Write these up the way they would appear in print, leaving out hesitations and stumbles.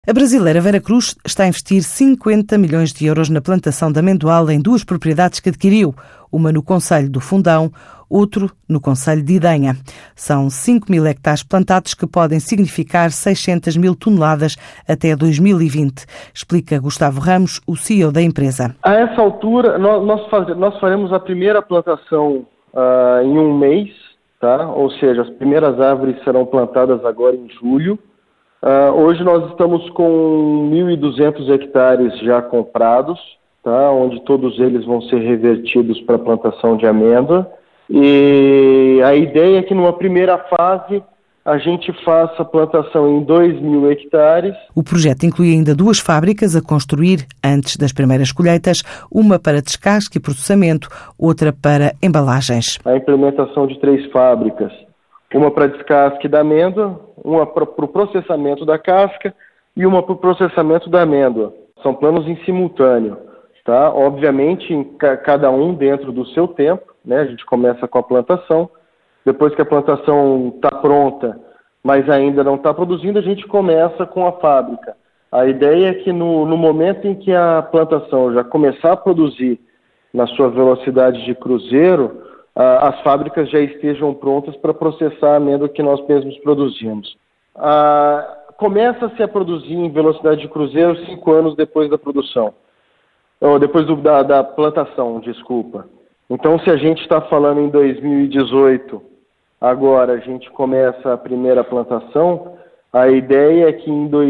A brasileira Vera Cruz está a investir 50 milhões de euros na plantação de amendoal em duas propriedades que adquiriu, uma no concelho do Fundão, outro no concelho de Idenha. São 5 mil hectares plantados que podem significar 600 mil toneladas até 2020, explica Gustavo Ramos, o CEO da empresa. A essa altura, nós faremos a primeira plantação em um mês, tá? Ou seja, as primeiras árvores serão plantadas agora em julho. Hoje nós estamos com 1.200 hectares já comprados, tá? Onde todos eles vão ser revertidos para a plantação de amêndoa. E a ideia é que numa primeira fase a gente faça a plantação em 2.000 hectares. O projeto inclui ainda duas fábricas a construir antes das primeiras colheitas, uma para descasque e processamento, outra para embalagens. A implementação de 3 fábricas. Uma para descasque da amêndoa, uma para o processamento da casca e uma para o processamento da amêndoa. São planos em simultâneo, tá? Obviamente, cada um dentro do seu tempo, né? A gente começa com a plantação, depois que a plantação está pronta, mas ainda não está produzindo, a gente começa com a fábrica. A ideia é que no momento em que a plantação já começar a produzir na sua velocidade de cruzeiro, as fábricas já estejam prontas para processar a amêndoa que nós mesmos produzimos. Começa-se a produzir em velocidade de cruzeiro 5 anos depois da produção, ou depois da plantação, desculpa. Então, se a gente está falando em 2018, agora a gente começa a primeira plantação, a ideia é que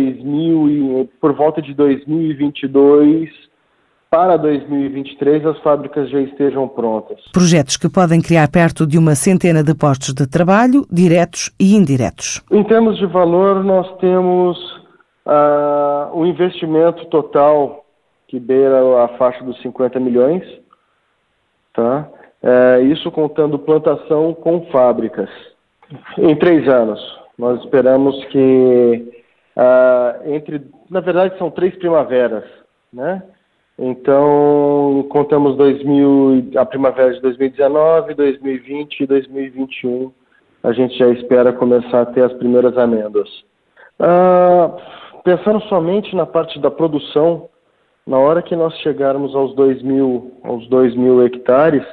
por volta de 2022... para 2023, as fábricas já estejam prontas. Projetos que podem criar perto de uma centena de postos de trabalho, diretos e indiretos. Em termos de valor, nós temos o investimento total que beira a faixa dos 50 milhões, tá? Isso contando plantação com fábricas. Em 3 anos, nós esperamos que na verdade são 3 primaveras, né? Então, contamos a primavera de 2019, 2020 e 2021. A gente já espera começar a ter as primeiras amêndoas. Pensando somente na parte da produção, na hora que nós chegarmos aos 2.000 hectares,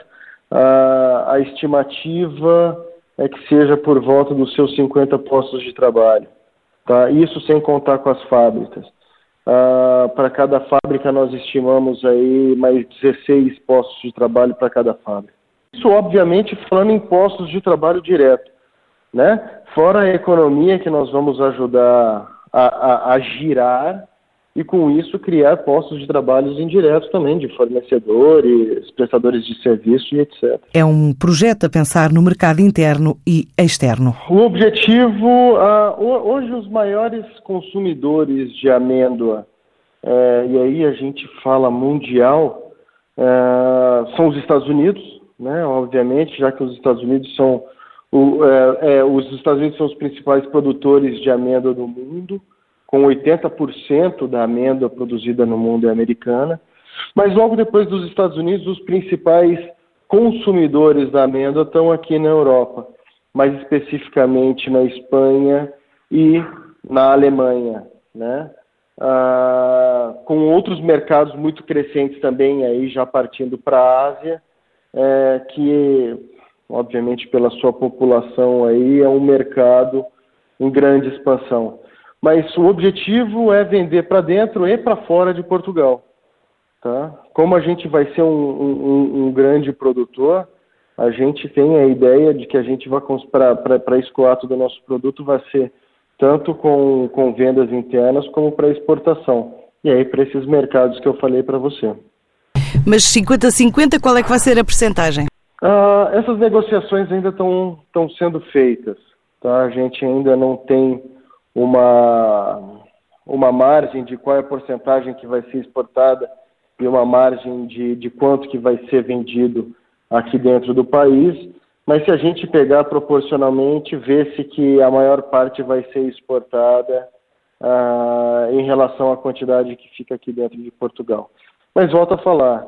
a estimativa é que seja por volta dos seus 50 postos de trabalho, tá? Isso sem contar com as fábricas. Para cada fábrica nós estimamos aí mais 16 postos de trabalho para cada fábrica. Isso obviamente falando em postos de trabalho direto, né? Fora a economia que nós vamos ajudar a girar e com isso criar postos de trabalho indiretos também, de fornecedores, prestadores de serviço e etc. É um projeto a pensar no mercado interno e externo. O objetivo, hoje os maiores consumidores de amêndoa, e aí a gente fala mundial, são os Estados Unidos, né? Obviamente, já que os Estados Unidos são os principais produtores de amêndoa do mundo, com 80% da amêndoa produzida no mundo é americana. Mas logo depois dos Estados Unidos, os principais consumidores da amêndoa estão aqui na Europa, mais especificamente na Espanha e na Alemanha, né? Com outros mercados muito crescentes também, aí já partindo para a Ásia, que, obviamente, pela sua população aí, é um mercado em grande expansão. Mas o objetivo é vender para dentro e para fora de Portugal, tá? Como a gente vai ser um grande produtor, a gente tem a ideia de que a gente vai para escoar do nosso produto vai ser tanto com vendas internas como para exportação. E aí para esses mercados que eu falei para você. Mas 50-50, qual é que vai ser a percentagem? Essas negociações ainda estão sendo feitas, tá? A gente ainda não tem uma margem de qual é a porcentagem que vai ser exportada e uma margem de quanto que vai ser vendido aqui dentro do país, mas se a gente pegar proporcionalmente, vê-se que a maior parte vai ser exportada em relação à quantidade que fica aqui dentro de Portugal. Mas volto a falar,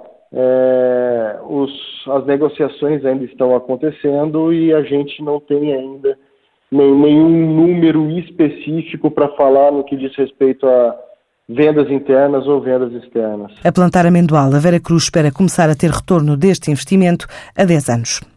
as negociações ainda estão acontecendo e a gente não tem ainda nenhum número específico para falar no que diz respeito a vendas internas ou vendas externas. A plantar amendoal, a Vera Cruz espera começar a ter retorno deste investimento a 10 anos.